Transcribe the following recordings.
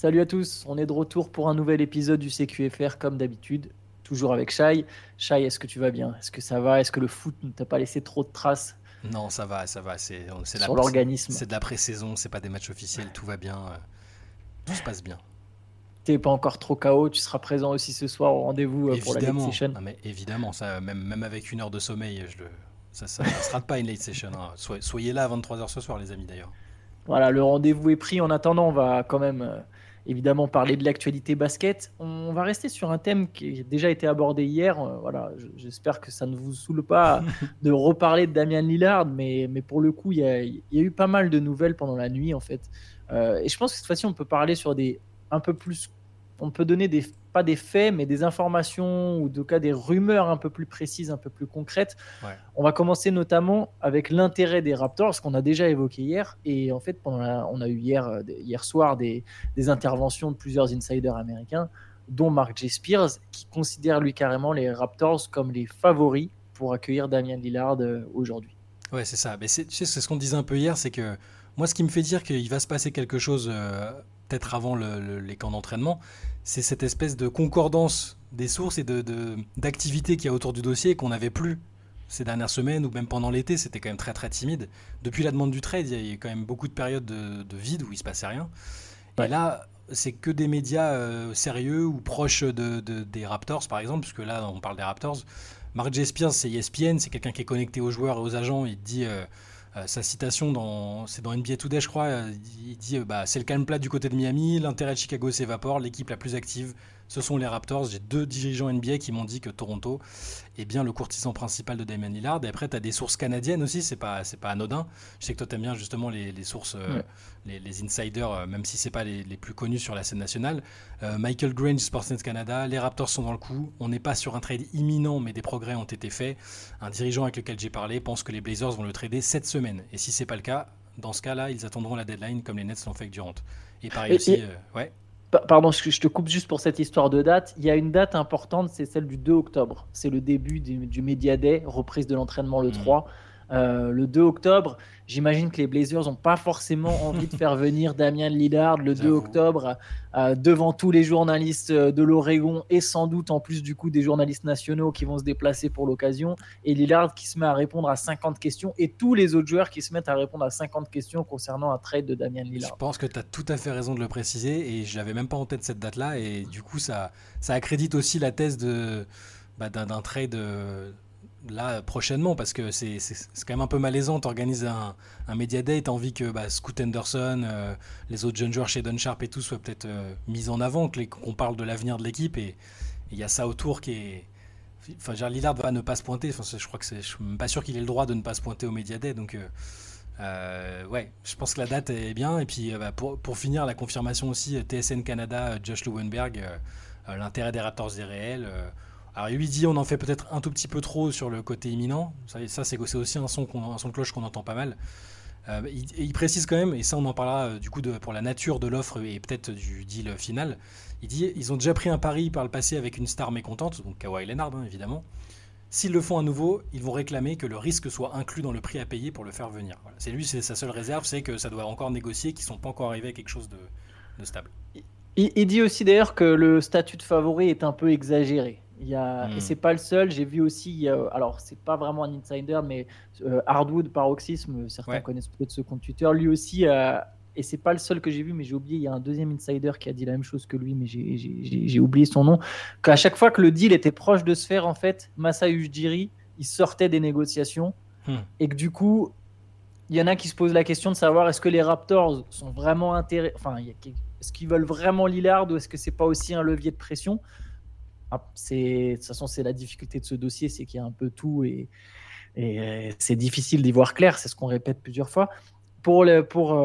Salut à tous, on est de retour pour un nouvel épisode du CQFR comme d'habitude, toujours avec Shai. Shai, est-ce que tu vas bien? Est-ce que ça va? Est-ce que le foot ne t'a pas laissé trop de traces Non, ça va, ça va. sur l'organisme? C'est de la pré-saison, c'est pas des matchs officiels, tout va bien, tout se passe bien. T'es pas encore trop KO, tu seras présent aussi ce soir au rendez-vous pour la late Évidemment, session. non, mais évidemment, ça, même avec une heure de sommeil, ça se rate pas une late session, hein. Soyez là à 23h ce soir, les amis, d'ailleurs. Voilà, le rendez-vous est pris. En attendant, on va quand même évidemment parler de l'actualité basket. On va rester sur un thème qui a déjà été abordé hier. Voilà, j'espère que ça ne vous saoule pas de reparler de Damian Lillard, mais pour le coup, il y a eu pas mal de nouvelles pendant la nuit en fait. Et je pense que cette fois-ci, on peut parler sur des un peu plus. On peut donner pas des faits, mais des informations ou en tout cas des rumeurs un peu plus précises, un peu plus concrètes. Ouais. On va commencer notamment avec l'intérêt des Raptors, qu'on a déjà évoqué hier. Et en fait, on a eu hier soir des interventions de plusieurs insiders américains, dont Mark J. Spears, qui considère lui carrément les Raptors comme les favoris pour accueillir Damian Lillard aujourd'hui. Ouais, c'est ça. Mais tu sais, c'est ce qu'on disait un peu hier, c'est que moi, ce qui me fait dire qu'il va se passer quelque chose peut-être avant les camps d'entraînement, c'est cette espèce de concordance des sources et d'activités qu'il y a autour du dossier qu'on n'avait plus ces dernières semaines ou même pendant l'été. C'était quand même très très timide. Depuis la demande du trade, il y a eu quand même beaucoup de périodes de vide où il se passait rien. Et Ouais. là, c'est que des médias sérieux ou proches des Raptors, par exemple, puisque là, on parle des Raptors. Mark J. Spears, c'est ESPN, c'est quelqu'un qui est connecté aux joueurs et aux agents. Il dit, sa citation, c'est dans NBA Today, je crois, il dit c'est le calme plat du côté de Miami, l'intérêt de Chicago s'évapore, l'équipe la plus active, ce sont les Raptors. J'ai 2 dirigeants NBA qui m'ont dit que Toronto est bien le courtisan principal de Damian Lillard. Et après, tu as des sources canadiennes aussi, c'est pas anodin. Je sais que toi, tu aimes bien justement les sources, Ouais. les insiders, même si c'est pas les plus connus sur la scène nationale. Michael Grange, Sportsnet Canada, les Raptors sont dans le coup. On n'est pas sur un trade imminent, mais des progrès ont été faits. Un dirigeant avec lequel j'ai parlé pense que les Blazers vont le trader cette semaine. Et si c'est pas le cas, dans ce cas-là, ils attendront la deadline comme les Nets l'ont fait avec Durant. Et pareil Et, aussi, et ouais. Pardon, je te coupe juste pour cette histoire de date. Il y a une date importante, c'est celle du 2 octobre. C'est le début du Media Day, reprise de l'entraînement le Hmm. 3. Le 2 octobre, j'imagine que les Blazers n'ont pas forcément envie de faire venir Damian Lillard le 2 J'avoue. octobre devant tous les journalistes de l'Oregon et sans doute en plus du coup des journalistes nationaux qui vont se déplacer pour l'occasion. Et Lillard qui se met à répondre à 50 questions et tous les autres joueurs qui se mettent à répondre à 50 questions concernant un trade de Damian Je Lillard. pense que tu as tout à fait raison de le préciser et je l'avais même pas en tête cette date-là et du coup ça accrédite aussi la thèse d'un trade là prochainement parce que c'est quand même un peu malaisant. T'organises un media day, t'as envie que Scoot Henderson, les autres jeunes joueurs chez Don Sharp et tout soient peut-être mis en avant, qu'on parle de l'avenir de l'équipe et il y a ça autour qui est. Enfin, genre, Lillard va ne pas se pointer. Enfin, je crois que je suis même pas sûr qu'il ait le droit de ne pas se pointer au media day donc. Ouais, je pense que la date est bien. Et puis pour finir, la confirmation aussi, TSN Canada, Josh Lewenberg, l'intérêt des Raptors est réel. Alors lui dit on en fait peut-être un tout petit peu trop sur le côté imminent. Ça c'est aussi un son de cloche qu'on entend pas mal. Il précise quand même, et ça on en parlera du coup pour la nature de l'offre et peut-être du deal final. Il dit ils ont déjà pris un pari par le passé avec une star mécontente, donc Kawhi Leonard hein, évidemment. S'ils le font à nouveau, ils vont réclamer que le risque soit inclus dans le prix à payer pour le faire venir. Voilà. C'est sa seule réserve, c'est que ça doit encore négocier, qu'ils ne sont pas encore arrivés à quelque chose de stable. Il dit aussi d'ailleurs que le statut de favori est un peu exagéré. Et Hmm. c'est pas le seul. J'ai vu aussi, alors c'est pas vraiment un insider, mais Hardwood Paroxysme, certains Ouais, connaissent peut-être ce compte Twitter, lui aussi, et c'est pas le seul que j'ai vu, mais j'ai oublié. Il y a un deuxième insider qui a dit la même chose que lui, mais j'ai oublié son nom. Qu'à chaque fois que le deal était proche de se faire, en fait, Masai Ujiri, il sortait des négociations hmm. et que du coup, il y en a qui se posent la question de savoir est-ce que les Raptors sont vraiment intéressés, enfin, est-ce qu'ils veulent vraiment Lillard ou est-ce que c'est pas aussi un levier de pression? De toute façon, c'est la difficulté de ce dossier, c'est qu'il y a un peu tout et c'est difficile d'y voir clair, c'est ce qu'on répète plusieurs fois. Pour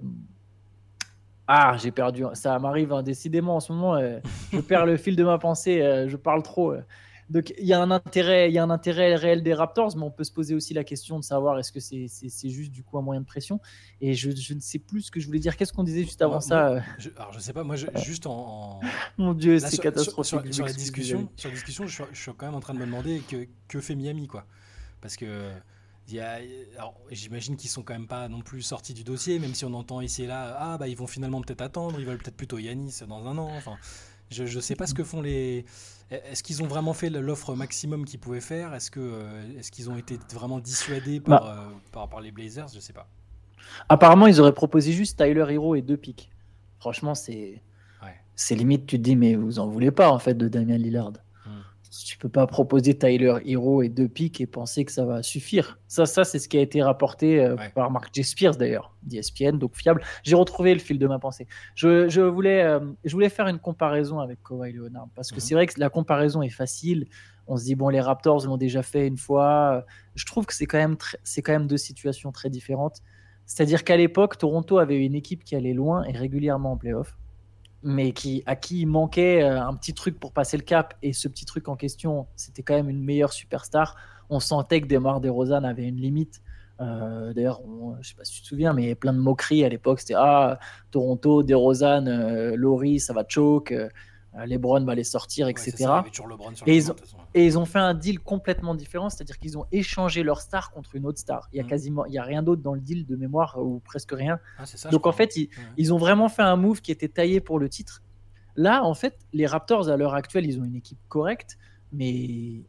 j'ai perdu, ça m'arrive hein, décidément en ce moment, je perds le fil de ma pensée, je parle trop. Donc il y a un intérêt réel des Raptors, mais on peut se poser aussi la question de savoir est-ce que c'est juste du coup un moyen de pression. Et je ne sais plus ce que je voulais dire. Qu'est-ce qu'on disait juste avant Moi, ça alors je sais pas, moi juste Mon Dieu, là c'est catastrophique. Je sur m'excuse, les amis. la discussion, je suis quand même en train de me demander que fait Miami quoi, parce que Alors, j'imagine qu'ils sont quand même pas non plus sortis du dossier, même si on entend ici et là, ah bah ils vont finalement peut-être attendre, ils veulent peut-être plutôt Yanis dans un an. Enfin, je sais pas ce que font les. Est-ce qu'ils ont vraiment fait l'offre maximum qu'ils pouvaient faire? Est-ce qu'ils ont été vraiment dissuadés Bah, par les Blazers? Je sais pas. apparemment, ils auraient proposé juste Tyler Hero et 2 pics. Franchement, Ouais. c'est limite, tu te dis, mais vous en voulez pas en fait de Damian Lillard. Hmm. Tu peux pas proposer Tyler Hero et 2 pics et penser que ça va suffire. Ça c'est ce qui a été rapporté Ouais. par Mark J. Spears d'ailleurs, d'ESPN, donc fiable. J'ai retrouvé le fil de ma pensée. Je voulais faire une comparaison avec Kawhi Leonard parce que Mhm. c'est vrai que la comparaison est facile. On se dit, bon, les Raptors l'ont déjà fait une fois. Je trouve que c'est quand même deux situations très différentes. C'est-à-dire qu'à l'époque, Toronto avait une équipe qui allait loin et régulièrement en playoff, mais à qui il manquait un petit truc pour passer le cap. Et ce petit truc en question, c'était quand même une meilleure superstar. On sentait que DeMar DeRozan avait une limite. D'ailleurs, je ne sais pas si tu te souviens, mais il y avait plein de moqueries à l'époque. C'était Toronto, DeRozan, Laurie, ça va choke, LeBron va les sortir, Ouais, c'est ça, il y avait etc. toujours LeBron sur le Et terrain, ils, de ont, toute façon. et ils ont fait un deal complètement différent, c'est-à-dire qu'ils ont échangé leur star contre une autre star. Il y a rien d'autre dans le deal de mémoire, ou presque rien. Ah, c'est ça, je Donc en crois. Hein. fait, Ouais. ils ont vraiment fait un move qui était taillé pour le titre. Là, en fait, les Raptors, à l'heure actuelle, ils ont une équipe correcte, mais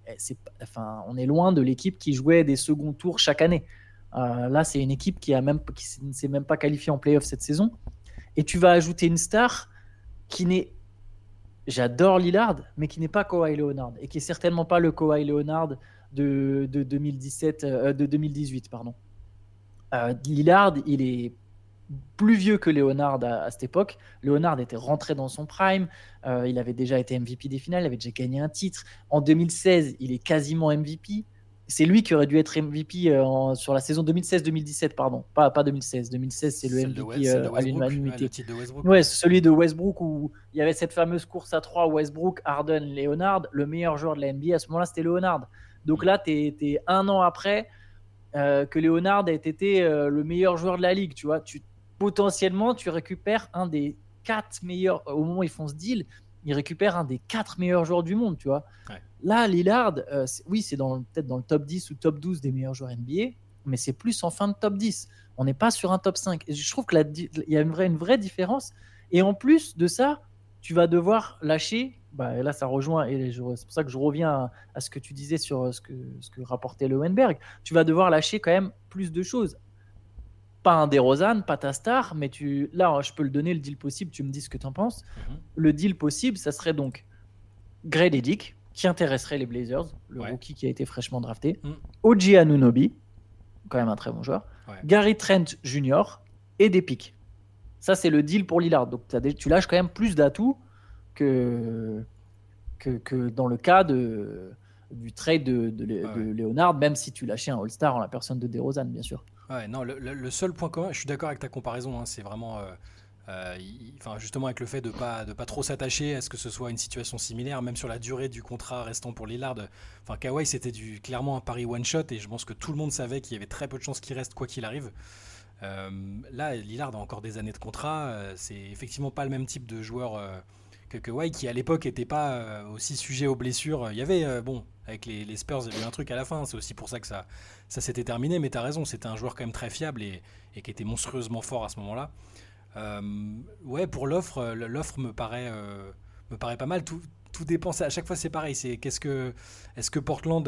on est loin de l'équipe qui jouait des seconds tours chaque année. Là, c'est une équipe qui ne s'est même pas qualifiée en playoff cette saison. Et tu vas ajouter une star qui n'est. J'adore Lillard, mais qui n'est pas Kawhi Leonard et qui est certainement pas le Kawhi Leonard de 2017, de 2018, pardon. Lillard, il est plus vieux que Leonard à cette époque. Leonard était rentré dans son prime. Il avait déjà été MVP des finales. Il avait déjà gagné un titre. En 2016, il est quasiment MVP. C'est lui qui aurait dû être MVP sur la saison 2016-2017, pardon. Pas 2016. 2016, c'est le MVP Celle de à Westbrook, l'unanimité. le titre de Westbrook. Ouais, c'est celui de Westbrook où il y avait cette fameuse course à 3, Westbrook, Harden, Leonard. Le meilleur joueur de la NBA à ce moment-là, c'était Leonard. Donc là, tu es un an après que Leonard ait été le meilleur joueur de la ligue. Tu vois, potentiellement, tu récupères un des 4 meilleurs, au moment où ils font ce deal, ils récupèrent un des 4 meilleurs joueurs du monde, tu vois. Ouais. Là, Lillard, oui, c'est peut-être dans le top 10 ou top 12 des meilleurs joueurs NBA, mais c'est plus en fin de top 10. On n'est pas sur un top 5. Et je trouve qu'il y a une vraie différence. Et en plus de ça, tu vas devoir lâcher. Et là, ça rejoint, et c'est pour ça que je reviens à ce que tu disais sur ce que rapportait Lowenberg. Tu vas devoir lâcher quand même plus de choses. Pas un DeRozan, pas ta star, mais là, je peux le donner, le deal possible, tu me dis ce que tu en penses. Mhm. Le deal possible, ça serait donc Grady Dick, qui intéresserait les Blazers, le rookie qui a été fraîchement drafté, OG Anunoby, quand même un très bon joueur, Gary Trent Jr. et des pics. Ça, c'est le deal pour Lillard. Donc, tu lâches quand même plus d'atouts que dans le cas du trade de Leonard, même si tu lâchais un All-Star en la personne de DeRozan, bien sûr. Ouais, non, le seul point commun, je suis d'accord avec ta comparaison, hein, c'est vraiment, justement avec le fait de pas trop s'attacher à ce que ce soit une situation similaire, même sur la durée du contrat restant pour Lillard. Enfin, Kawhi, c'était clairement un pari one shot, et je pense que tout le monde savait qu'il y avait très peu de chances qu'il reste quoi qu'il arrive. Là, Lillard a encore des années de contrat, c'est effectivement pas le même type de joueur que Kawhi, qui à l'époque n'était pas aussi sujet aux blessures. Il y avait, avec les Spurs, il y avait eu un truc à la fin, c'est aussi pour ça que ça s'était terminé, mais tu as raison, c'était un joueur quand même très fiable et qui était monstrueusement fort à ce moment-là. Pour l'offre me paraît pas mal. Tout dépend, à chaque fois c'est pareil, est-ce que Portland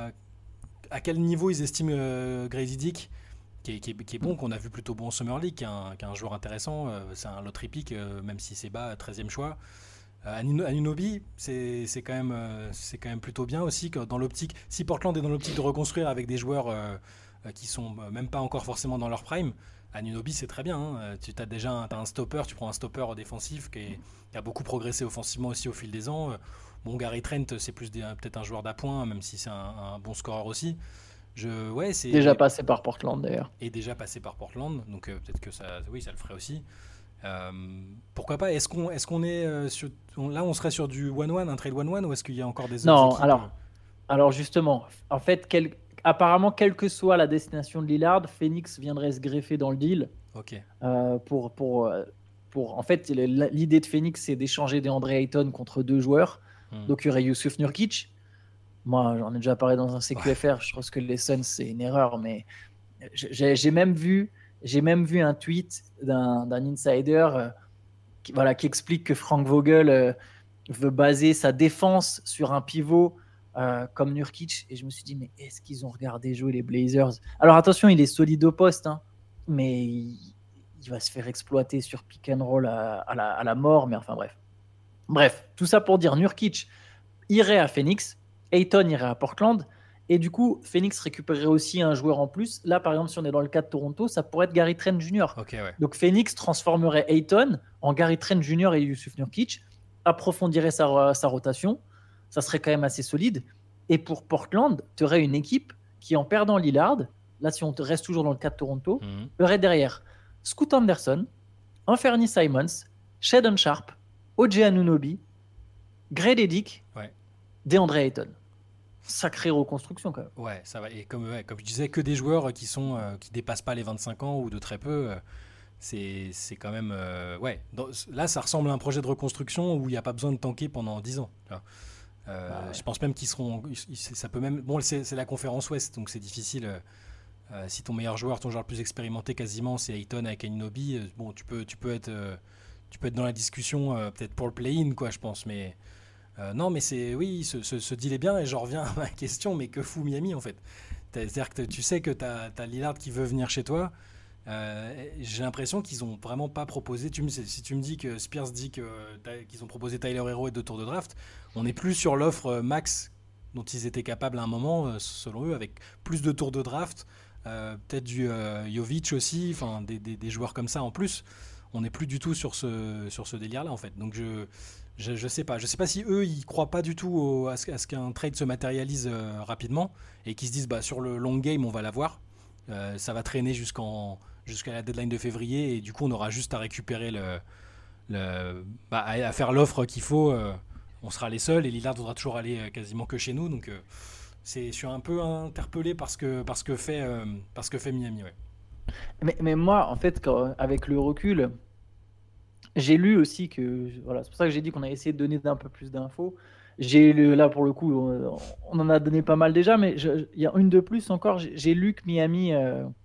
à quel niveau ils estiment Grady Dick, qui est bon, qu'on a vu plutôt bon en Summer League, qui est un joueur intéressant, c'est un lottery pick, même si c'est bas, 13e choix. Anunoby, c'est quand même plutôt bien aussi, que dans l'optique, si Portland est dans l'optique de reconstruire avec des joueurs qui sont même pas encore forcément dans leur prime, Anunoby c'est très bien, hein. Tu as déjà un stopper, tu prends un stopper défensif qui a beaucoup progressé offensivement aussi au fil des ans. Gary Trent c'est plus peut-être un joueur d'appoint, même si c'est un bon scoreur aussi. C'est déjà passé par Portland d'ailleurs. Et déjà passé par Portland, donc peut-être que ça le ferait aussi. Pourquoi pas? Est-ce qu'on est là, on serait sur du 1-1, un trade 1-1, ou est-ce qu'il y a encore des autres équipes? Alors justement, en fait, apparemment, quelle que soit la destination de Lillard, Phoenix viendrait se greffer dans le deal. Ok. En fait, l'idée de Phoenix, c'est d'échanger DeAndre Ayton contre 2 joueurs. Donc il y aurait Yusuf Nurkic, Moi, j'en ai déjà parlé dans un Ouais. CQFR. Je pense que les Suns, c'est une erreur, mais j'ai même vu un tweet d'un insider qui explique que Frank Vogel veut baser sa défense sur un pivot comme Nurkic. Et je me suis dit, mais est-ce qu'ils ont regardé jouer les Blazers? Alors attention, il est solide au poste, hein, mais il va se faire exploiter sur pick and roll à la mort. Mais enfin bref. Bref, tout ça pour dire Nurkic irait à Phoenix, Ayton irait à Portland, et du coup, Phoenix récupérerait aussi un joueur en plus. Là, par exemple, si on est dans le cas de Toronto, ça pourrait être Gary Trent Jr. Ok, ouais. Donc Phoenix transformerait Ayton en Gary Trent Jr. et Yusuf Nurkic, approfondirait sa rotation, ça serait quand même assez solide. Et pour Portland, tu aurais une équipe qui, en perdant Lillard, là, si on reste toujours dans le cas de Toronto, Mhm. aurait derrière Scoot Anderson, Anthony Simons, Shadon Sharp, OJ Anunoby, Gray Dedick, Ouais. DeAndre Ayton. Sacrée reconstruction quand même. Ouais, ça va. Et comme je disais, que des joueurs qui dépassent pas les 25 ans ou de très peu, c'est quand même. Ouais. Là, ça ressemble à un projet de reconstruction où il n'y a pas besoin de tanker pendant 10 ans. Tu vois. Bah ouais. Je pense même qu'ils seront. Ça peut même. Bon, c'est la conférence Ouest, donc c'est difficile. Si ton meilleur joueur, ton joueur le plus expérimenté quasiment, c'est Ayton avec Anunoby, bon, tu peux être dans la discussion peut-être pour le play-in, quoi, je pense. Mais non, mais oui, ce deal est bien. Et j'en reviens à ma question, mais que fout Miami en fait? C'est-à-dire que tu sais que t'as Lillard qui veut venir chez toi. J'ai l'impression qu'ils ont vraiment pas proposé. Si tu me dis que Spears dit qu'ils ont proposé Tyler Hero et 2 tours de draft, on n'est plus sur l'offre max dont ils étaient capables à un moment, selon eux, avec plus de tours de draft, peut-être du Jovic aussi, enfin des joueurs comme ça en plus. On n'est plus du tout sur ce délire-là en fait. Donc je sais pas. Je sais pas si eux ils croient pas du tout à ce qu'un trade se matérialise rapidement et qu'ils se disent bah sur le long game on va l'avoir. Ça va traîner jusqu'à la deadline de février et du coup on aura juste à récupérer à faire l'offre qu'il faut. On sera les seuls et Lillard devra toujours aller quasiment que chez nous. Donc je suis un peu interpellé parce que fait Miami. Ouais. Mais moi, en fait, avec le recul, j'ai lu aussi que. Voilà, c'est pour ça que j'ai dit qu'on a essayé de donner un peu plus d'infos. Là, pour le coup, on en a donné pas mal déjà, mais il y a une de plus encore. J'ai lu que Miami,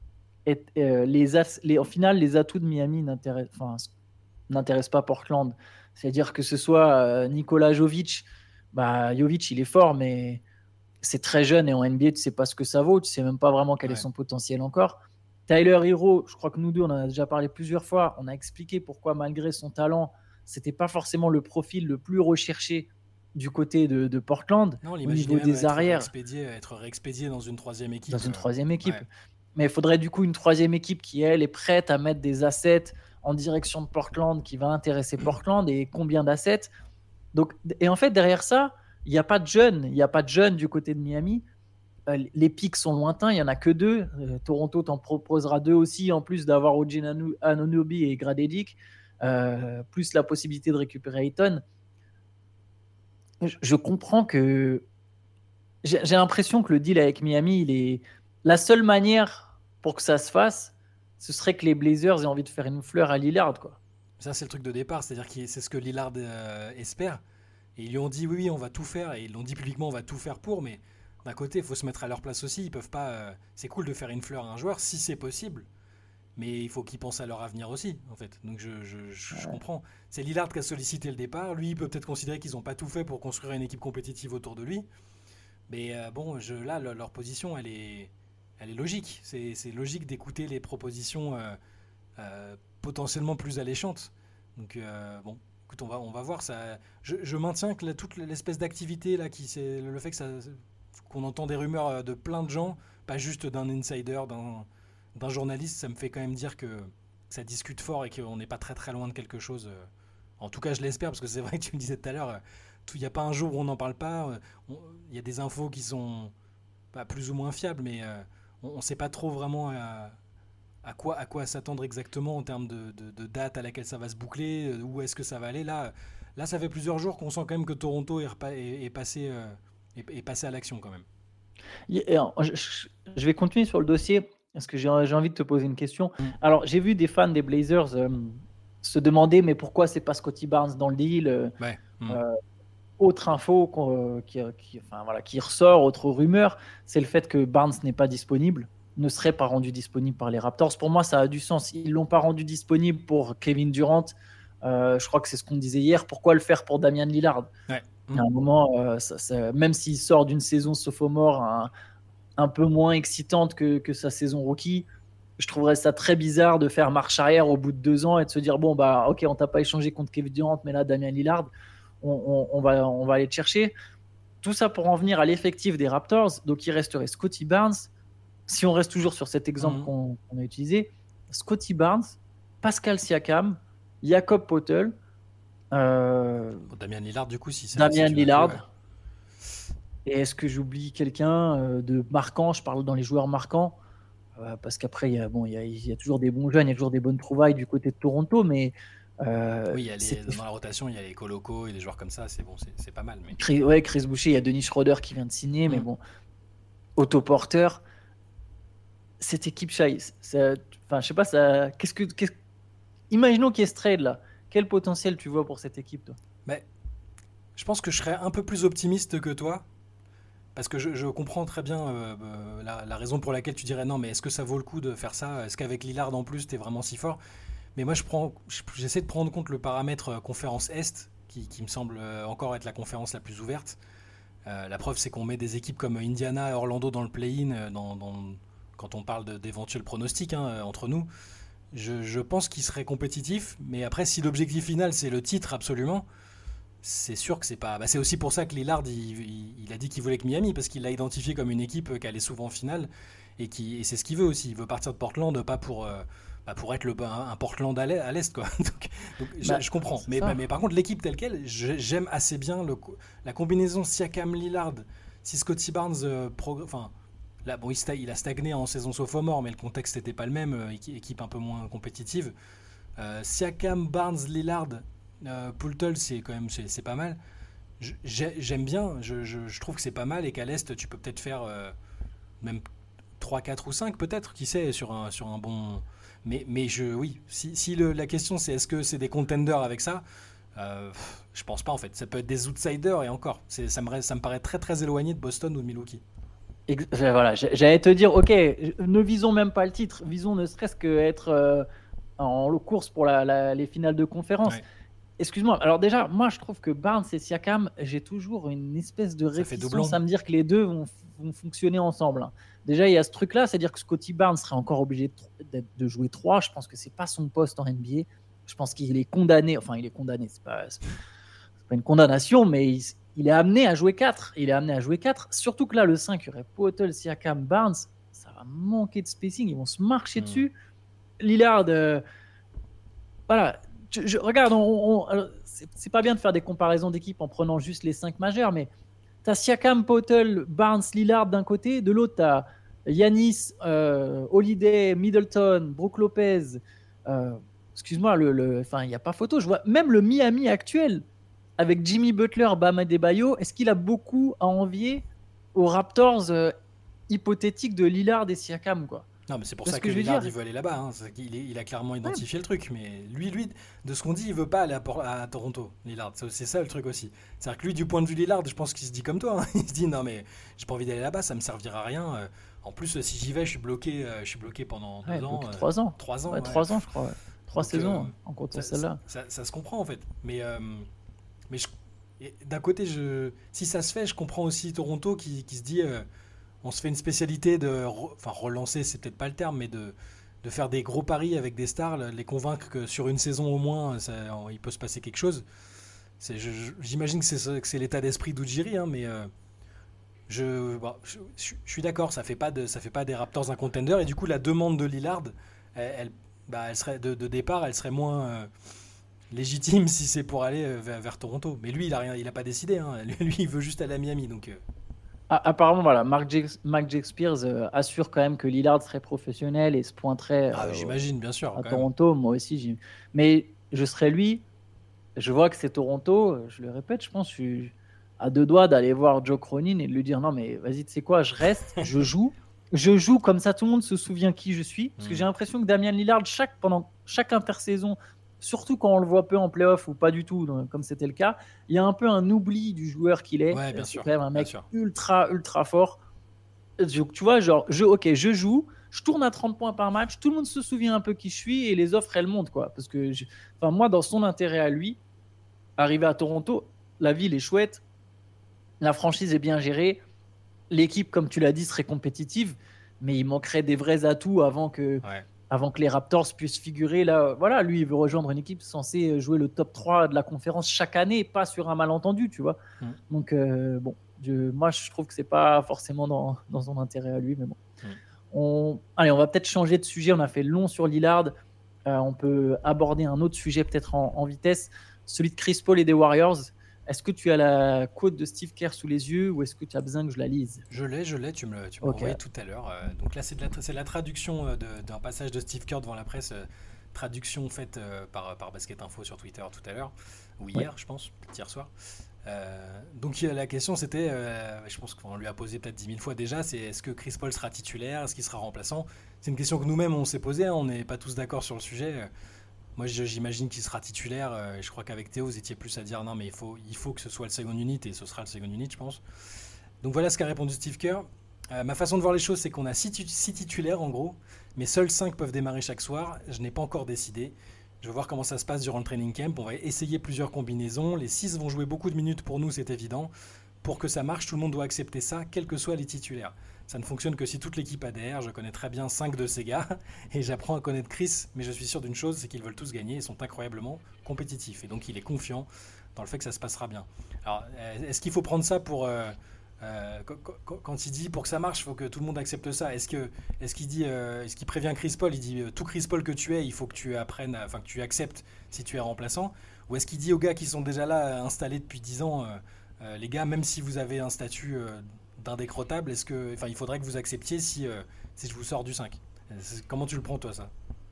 en finale, les atouts de Miami n'intéressent pas Portland. C'est-à-dire que ce soit Nikola Jovic, bah, Jovic, il est fort, mais c'est très jeune et en NBA, tu sais pas ce que ça vaut, tu sais même pas vraiment quel est Ouais. son potentiel encore. Tyler Hero, je crois que nous deux, on en a déjà parlé plusieurs fois. On a expliqué pourquoi, malgré son talent, c'était pas forcément le profil le plus recherché du côté de Portland Non, on au l'imaginait niveau même des arrières être réexpédié dans une troisième dans équipe. une troisième équipe. Ouais. Mais il faudrait du coup une troisième équipe qui, elle, est prête à mettre des assets en direction de Portland, qui va intéresser Portland et combien d'assets. Donc, et en fait, derrière ça, il n'y a pas de jeunes. Il n'y a pas de jeunes du côté de Miami. Les pics sont lointains, il n'y en a que 2. Toronto t'en proposera 2 aussi, en plus d'avoir OG Anunoby et Gradedick, plus la possibilité de récupérer Ayton. Je comprends que. J'ai l'impression que le deal avec Miami, la seule manière pour que ça se fasse, ce serait que les Blazers aient envie de faire une fleur à Lillard, quoi. Ça, c'est le truc de départ, c'est-à-dire que c'est ce que Lillard espère. Et ils lui ont dit oui, oui, on va tout faire. Et ils l'ont dit publiquement, on va tout faire pour. Mais d'un côté, il faut se mettre à leur place aussi. Ils peuvent pas. C'est cool de faire une fleur à un joueur si c'est possible. Mais il faut qu'ils pensent à leur avenir aussi, en fait. Donc je Ouais. comprends. C'est Lillard qui a sollicité le départ. Lui, il peut peut-être considérer qu'ils n'ont pas tout fait pour construire une équipe compétitive autour de lui. Mais bon, là, leur position, elle est logique. C'est logique d'écouter les propositions potentiellement plus alléchantes. Donc bon, écoute, on va voir ça. Je maintiens que toute l'espèce d'activité là, c'est le fait qu'on entend des rumeurs de plein de gens, pas juste d'un insider, d'un journaliste, ça me fait quand même dire que ça discute fort et qu'on n'est pas très très loin de quelque chose. En tout cas, je l'espère parce que c'est vrai que tu me disais tout à l'heure, il n'y a pas un jour où on n'en parle pas. Il y a des infos qui sont pas plus ou moins fiables, mais on ne sait pas trop vraiment à quoi s'attendre exactement en termes de date à laquelle ça va se boucler, où est-ce que ça va aller. Là, ça fait plusieurs jours qu'on sent quand même que Toronto est passé à l'action quand même. Je vais continuer sur le dossier parce que j'ai envie de te poser une question. Mm. Alors, j'ai vu des fans des Blazers se demander mais pourquoi c'est pas Scotty Barnes dans le deal. Ouais. Mm. Euh, autre info qui ressort, autre rumeur, c'est le fait que Barnes n'est pas disponible, ne serait pas rendu disponible par les Raptors. Pour moi, ça a du sens. Ils ne l'ont pas rendu disponible pour Kevin Durant. Je crois que c'est ce qu'on disait hier. Pourquoi le faire pour Damian Lillard? Ouais. À un moment, même s'il sort d'une saison sophomore un peu moins excitante que sa saison rookie, je trouverais ça très bizarre de faire marche arrière au bout de 2 ans et de se dire bon, bah, ok, on t'a pas échangé contre Kevin Durant, mais là, Damian Lillard, on va aller te chercher. Tout ça pour en venir à l'effectif des Raptors. Donc, il resterait Scottie Barnes. Si on reste toujours sur cet exemple qu'on a utilisé, Scottie Barnes, Pascal Siakam, Jakob Poeltl, Damian Lillard, du coup, Damian Lillard. Ouais. Et est-ce que j'oublie quelqu'un de marquant? Je parle dans les joueurs marquants, parce qu'après, il y a toujours des bons jeunes, il y a toujours des bonnes trouvailles du côté de Toronto, mais oui, dans la rotation, il y a les Coloco et des joueurs comme ça, c'est bon, c'est pas mal. Mais... Chris Boucher, il y a Dennis Schroeder qui vient de signer, mais bon, Otto Porter, cette équipe, je sais pas, imaginons qu'il y ait ce trade là. Quel potentiel tu vois pour cette équipe, toi? Je pense que je serais un peu plus optimiste que toi, parce que je comprends très bien la raison pour laquelle tu dirais non, mais est-ce que ça vaut le coup de faire ça? Est-ce qu'avec Lillard en plus, t'es vraiment si fort? Mais moi, j'essaie de prendre en compte le paramètre conférence Est, qui me semble encore être la conférence la plus ouverte. La preuve, c'est qu'on met des équipes comme Indiana et Orlando dans le play-in, quand on parle d'éventuels pronostics entre nous. Je pense qu'ils seraient compétitifs, mais après, si l'objectif final, c'est le titre absolument, c'est sûr que c'est pas... c'est aussi pour ça que Lillard, il a dit qu'il voulait que Miami, parce qu'il l'a identifié comme une équipe qui allait souvent en finale, et c'est ce qu'il veut aussi. Il veut partir de Portland, pas pour être un Portland à l'Est, quoi. donc je comprends. Mais par contre, l'équipe telle quelle, j'aime assez bien la combinaison Siakam-Lillard. Si Scottie Barnes... Là, bon, il a stagné en saison sophomore, mais le contexte n'était pas le même, équipe un peu moins compétitive. Siakam, Barnes, Lillard, Poeltl, c'est quand même c'est pas mal. J'aime bien, je trouve que c'est pas mal, et qu'à l'Est, tu peux peut-être faire même 3, 4 ou 5 peut-être, qui sait, sur un bon... Mais oui, si la question c'est est-ce que c'est des contenders avec ça, je pense pas en fait. Ça peut être des outsiders, et encore, ça me paraît très très éloigné de Boston ou de Milwaukee. Voilà, j'allais te dire, ok, ne visons même pas le titre, visons ne serait-ce qu'être en course pour les finales de conférence. Ouais. Excuse-moi, alors déjà, moi je trouve que Barnes et Siakam, j'ai toujours une espèce de réticence à me dire que les deux vont fonctionner ensemble. Déjà, il y a ce truc-là, c'est-à-dire que Scottie Barnes serait encore obligé de jouer 3. Je pense que c'est pas son poste en NBA. Je pense qu'il est condamné, c'est pas une condamnation, mais il est amené à jouer 4. Surtout que là, le 5, il y aurait Poeltl, Siakam, Barnes. Ça va manquer de spacing. Ils vont se marcher dessus. Lillard, voilà. Regarde, c'est pas bien de faire des comparaisons d'équipes en prenant juste les 5 majeurs, mais tu as Siakam, Poeltl, Barnes, Lillard d'un côté. De l'autre, tu as Giannis, Holiday, Middleton, Brook Lopez. Excuse-moi, il n'y a pas photo. Je vois même le Miami actuel, avec Jimmy Butler, Bam Adebayo, est-ce qu'il a beaucoup à envier aux Raptors hypothétiques de Lillard et Siakam, quoi? Non, mais c'est pour ça que Lillard, il veut aller là-bas. Il a clairement identifié le truc. Mais lui, de ce qu'on dit, il veut pas aller à Toronto, Lillard. C'est ça le truc aussi. C'est-à-dire que lui, du point de vue Lillard, je pense qu'il se dit comme toi. Il se dit, non, mais j'ai pas envie d'aller là-bas, ça me servira à rien. En plus, si j'y vais, je suis bloqué pendant 2 ans. 3 ans. 3 ans, ouais. 3 ans, je crois. 3 saisons, en comptant celle-là. Ça se comprend, en fait. Mais d'un côté, si ça se fait, je comprends aussi Toronto qui se dit... on se fait une spécialité relancer, c'est peut-être pas le terme, mais de faire des gros paris avec des stars, les convaincre que sur une saison au moins, il peut se passer quelque chose. J'imagine que c'est l'état d'esprit d'Ujiri, mais je suis d'accord, ça fait pas des Raptors un contender, et du coup la demande de Lillard, elle serait de départ, elle serait moins légitime si c'est pour aller vers Toronto. Mais lui, il a pas décidé. Lui, il veut juste aller à Miami, donc. Apparemment, voilà, Mark Jake Spears assure quand même que Lillard serait professionnel et se pointerait j'imagine, bien sûr, à Toronto. Moi aussi, mais je serais lui. Je vois que c'est Toronto. Je le répète, je pense que je suis à 2 doigts d'aller voir Joe Cronin et de lui dire non, mais vas-y, tu sais quoi, je reste, je joue comme ça, tout le monde se souvient qui je suis. Parce que j'ai l'impression que Damian Lillard, pendant chaque intersaison, surtout quand on le voit peu en playoff ou pas du tout, comme c'était le cas, il y a un peu un oubli du joueur qu'il est. Ouais, bien C'est sûr, quand même un bien mec sûr. ultra, ultra fort. Tu vois, genre, je joue, je tourne à 30 points par match, tout le monde se souvient un peu qui je suis et les offres, elles montent, quoi. Parce que, moi, dans son intérêt à lui, arrivé à Toronto, la ville est chouette, la franchise est bien gérée, l'équipe, comme tu l'as dit, serait compétitive, mais il manquerait des vrais atouts Ouais. avant que les Raptors puissent figurer. Là, voilà, lui, il veut rejoindre une équipe censée jouer le top 3 de la conférence chaque année, pas sur un malentendu, tu vois. Mm. Donc, bon, moi, je trouve que c'est pas forcément dans son intérêt à lui, mais bon. Allez, on va peut-être changer de sujet. On a fait long sur Lillard. On peut aborder un autre sujet peut-être en vitesse, celui de Chris Paul et des Warriors. Est-ce que tu as la quote de Steve Kerr sous les yeux ou est-ce que tu as besoin que je la lise? Je l'ai, tu me l'as envoyé tout à l'heure. Donc là, c'est de la traduction d'un passage de Steve Kerr devant la presse, traduction faite par Basket Info sur Twitter tout à l'heure, ou hier, je pense, hier soir. Donc la question c'était, je pense qu'on lui a posé peut-être 10 000 fois déjà, c'est est-ce que Chris Paul sera titulaire, est-ce qu'il sera remplaçant? C'est une question que nous-mêmes on s'est posée, hein, on n'est pas tous d'accord sur le sujet. Moi j'imagine qu'il sera titulaire, je crois qu'avec Théo vous étiez plus à dire non mais il faut que ce soit le second unit et ce sera le second unit je pense. Donc voilà ce qu'a répondu Steve Kerr. Ma façon de voir les choses c'est qu'on a 6 titulaires en gros, mais seuls 5 peuvent démarrer chaque soir, je n'ai pas encore décidé. Je vais voir comment ça se passe durant le training camp. On va essayer plusieurs combinaisons. Les 6 vont jouer beaucoup de minutes pour nous, c'est évident. Pour que ça marche, tout le monde doit accepter ça, quels que soient les titulaires. Ça ne fonctionne que si toute l'équipe adhère. Je connais très bien 5 de ces gars et j'apprends à connaître Chris, mais je suis sûr d'une chose, c'est qu'ils veulent tous gagner et sont incroyablement compétitifs. Et donc il est confiant dans le fait que ça se passera bien. Alors, est-ce qu'il faut prendre ça pour... quand il dit pour que ça marche, il faut que tout le monde accepte ça. Est-ce qu'il prévient Chris Paul, il dit tout Chris Paul que tu es, il faut que tu apprennes, que tu acceptes si tu es remplaçant. Ou est-ce qu'il dit aux gars qui sont déjà là installés depuis 10 ans, les gars, même si vous avez un statut d'indécrottable, il faudrait que vous acceptiez si je vous sors du 5. Comment tu le prends toi ça?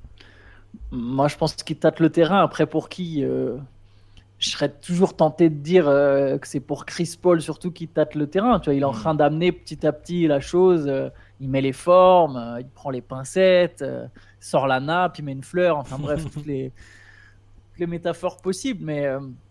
Moi, je pense qu'il tâte le terrain. Après, pour qui je serais toujours tenté de dire que c'est pour Chris Paul surtout qui tâte le terrain. Tu vois, il est en train d'amener petit à petit la chose. Il met les formes, il prend les pincettes, sort la nappe, il met une fleur. Enfin bref, toutes les métaphores possibles. Mais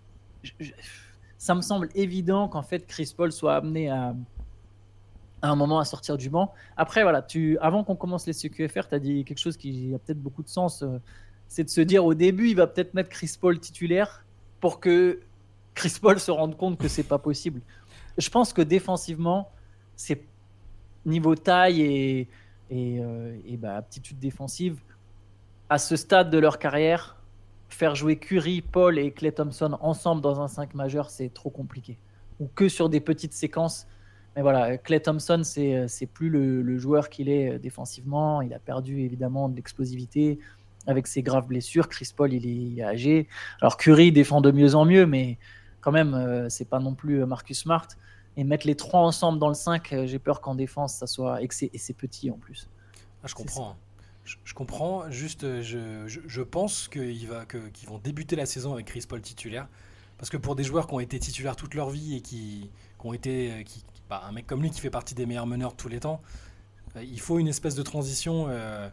ça me semble évident qu'en fait Chris Paul soit amené à un moment à sortir du banc. Après, voilà, avant qu'on commence les CQFR, tu as dit quelque chose qui a peut-être beaucoup de sens. C'est de se dire au début, il va peut-être mettre Chris Paul titulaire pour que Chris Paul se rende compte que c'est pas possible. Je pense que défensivement, c'est niveau taille et aptitude défensive, à ce stade de leur carrière, faire jouer Curry, Paul et Klay Thompson ensemble dans un 5 majeur, c'est trop compliqué. Ou que sur des petites séquences. Mais voilà, Klay Thompson, c'est plus le joueur qu'il est défensivement. Il a perdu évidemment de l'explosivité avec ses graves blessures. Chris Paul, il est âgé. Alors Curry défend de mieux en mieux, mais quand même, c'est pas non plus Marcus Smart. Et mettre les trois ensemble dans le 5, j'ai peur qu'en défense, ça soit... Et c'est petit en plus. Je comprends. Je comprends. Juste, je pense qu'ils vont débuter la saison avec Chris Paul titulaire. Parce que pour des joueurs qui ont été titulaires toute leur vie et qui ont été... un mec comme lui qui fait partie des meilleurs meneurs de tous les temps, il faut une espèce de transition...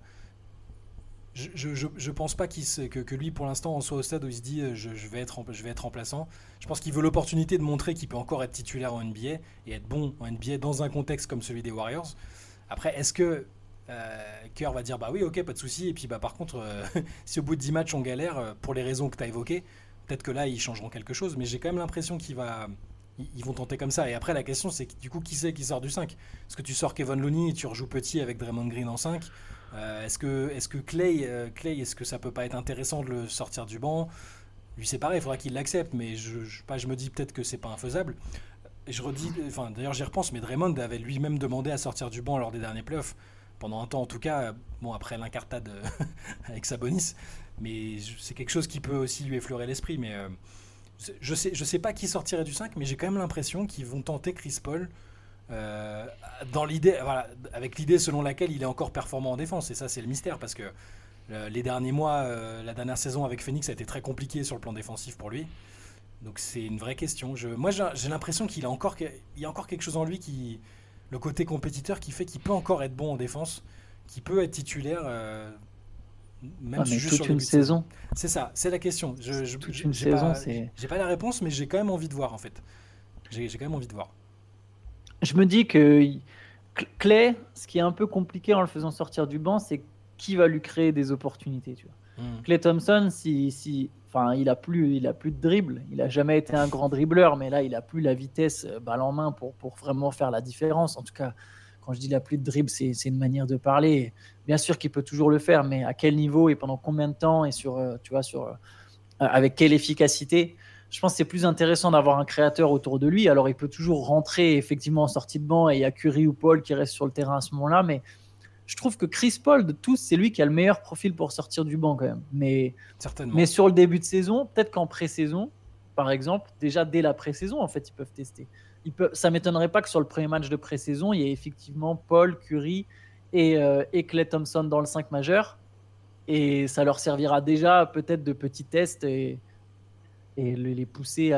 Je pense pas que lui pour l'instant en soit au stade où il se dit je vais être remplaçant. Je pense qu'il veut l'opportunité de montrer qu'il peut encore être titulaire en NBA et être bon en NBA dans un contexte comme celui des Warriors. Après, est-ce que Kerr va dire bah oui ok pas de souci et puis par contre si au bout de 10 matchs on galère pour les raisons que tu as évoquées, peut-être que là ils changeront quelque chose, mais j'ai quand même l'impression qu'ils vont tenter comme ça. Et après la question c'est du coup qui c'est qui sort du 5? Est-ce que tu sors Kevin Looney et tu rejoues petit avec Draymond Green en 5? Est-ce que Clay, est-ce que ça peut pas être intéressant de le sortir du banc? Lui c'est pareil, il faudra qu'il l'accepte, mais je me dis peut-être que c'est pas infaisable. Et je redis, d'ailleurs j'y repense, mais Draymond avait lui-même demandé à sortir du banc lors des derniers playoffs, pendant un temps en tout cas, bon après l'incartade avec Sabonis, mais c'est quelque chose qui peut aussi lui effleurer l'esprit. Mais je sais pas qui sortirait du 5, mais j'ai quand même l'impression qu'ils vont tenter Chris Paul. Dans l'idée, avec l'idée selon laquelle il est encore performant en défense, et ça c'est le mystère parce que les derniers mois, la dernière saison avec Phoenix a été très compliquée sur le plan défensif pour lui, donc c'est une vraie question. Moi j'ai l'impression qu'il y a encore quelque chose en lui, le côté compétiteur qui fait qu'il peut encore être bon en défense, qui peut être titulaire même Ah, mais juste sur toute le une début de saison. saison, C'est ça, c'est la question. toute une saison, c'est. J'ai pas la réponse, mais j'ai quand même envie de voir en fait. J'ai quand même envie de voir. Je me dis que Clay, ce qui est un peu compliqué en le faisant sortir du banc, c'est qui va lui créer des opportunités, tu vois. Hmm. Clay Thompson, enfin, il a plus de dribble. Il a jamais été un grand dribbleur, mais là, il a plus la vitesse balle en main pour vraiment faire la différence. En tout cas, quand je dis il a plus de dribble, c'est une manière de parler. Bien sûr qu'il peut toujours le faire, mais à quel niveau et pendant combien de temps et tu vois, avec quelle efficacité. Je pense que c'est plus intéressant d'avoir un créateur autour de lui. Alors, il peut toujours rentrer effectivement en sortie de banc et il y a Curry ou Paul qui restent sur le terrain à ce moment-là, mais je trouve que Chris Paul, de tous, c'est lui qui a le meilleur profil pour sortir du banc quand même. Mais Certainement. sur le début de saison, peut-être qu'en pré-saison, par exemple, déjà dès la pré-saison, en fait, ils peuvent tester. Ça ne m'étonnerait pas que sur le premier match de pré-saison, il y ait effectivement Paul, Curry et Klay Thompson dans le 5 majeur. Et ça leur servira déjà peut-être de petit test et les pousser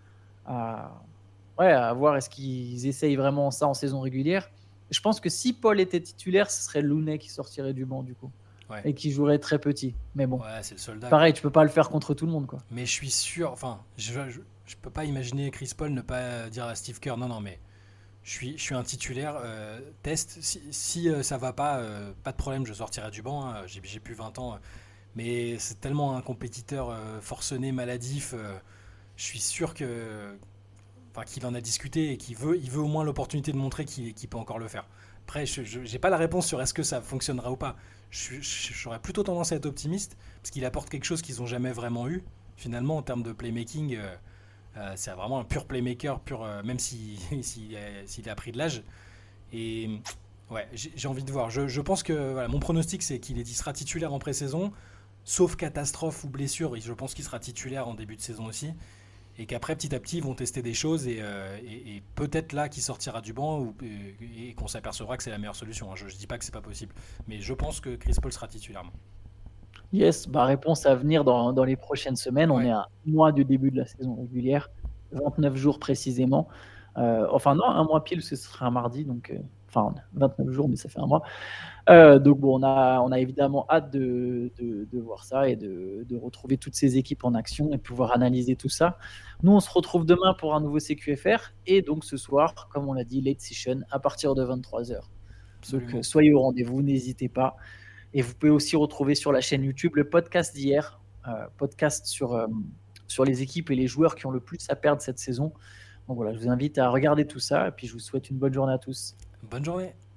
ouais, à voir est-ce qu'ils essayent vraiment ça en saison régulière. Je pense que si Paul était titulaire, ce serait Looney qui sortirait du banc du coup Ouais. et qui jouerait très petit. Mais bon, Ouais, c'est le soldat, pareil, quoi. tu peux pas le faire contre tout le monde, quoi. Mais je suis sûr, enfin, je peux pas imaginer Chris Paul ne pas dire à Steve Kerr, non, non, mais je suis un titulaire, test, si ça va pas, pas de problème, je sortirai du banc, hein, j'ai plus 20 ans, mais c'est tellement un compétiteur forcené, maladif, je suis sûr enfin, qu'il en a discuté et il veut au moins l'opportunité de montrer qu'il peut encore le faire. Après, je n'ai pas la réponse sur est-ce que ça fonctionnera ou pas. J'aurais plutôt tendance à être optimiste parce qu'il apporte quelque chose qu'ils n'ont jamais vraiment eu. Finalement, en termes de playmaking, c'est vraiment un pur playmaker, même s'il a pris de l'âge. Et ouais, j'ai envie de voir. Je pense que voilà, mon pronostic, c'est qu'il sera titulaire en pré-saison, sauf catastrophe ou blessure. Je pense qu'il sera titulaire en début de saison aussi. Et qu'après, petit à petit, ils vont tester des choses et peut-être là qu'il sortira du banc et qu'on s'apercevra que c'est la meilleure solution. Je ne dis pas que c'est pas possible, mais je pense que Chris Paul sera titulaire. Yes, bah, réponse à venir dans les prochaines semaines. On Ouais, est à un mois du début de la saison régulière, 29 jours précisément. Enfin, non, un mois pile, parce que ce sera un mardi, donc enfin 29 jours, mais ça fait un mois. Donc bon, on a évidemment hâte de voir ça et de retrouver toutes ces équipes en action et pouvoir analyser tout ça. Nous, on se retrouve demain pour un nouveau CQFR et donc ce soir, comme on l'a dit, late session à partir de 23h. Donc absolument. soyez au rendez-vous, n'hésitez pas. Et vous pouvez aussi retrouver sur la chaîne YouTube le podcast d'hier, podcast sur les équipes et les joueurs qui ont le plus à perdre cette saison. Donc voilà, je vous invite à regarder tout ça et puis je vous souhaite une bonne journée à tous. Bonne journée.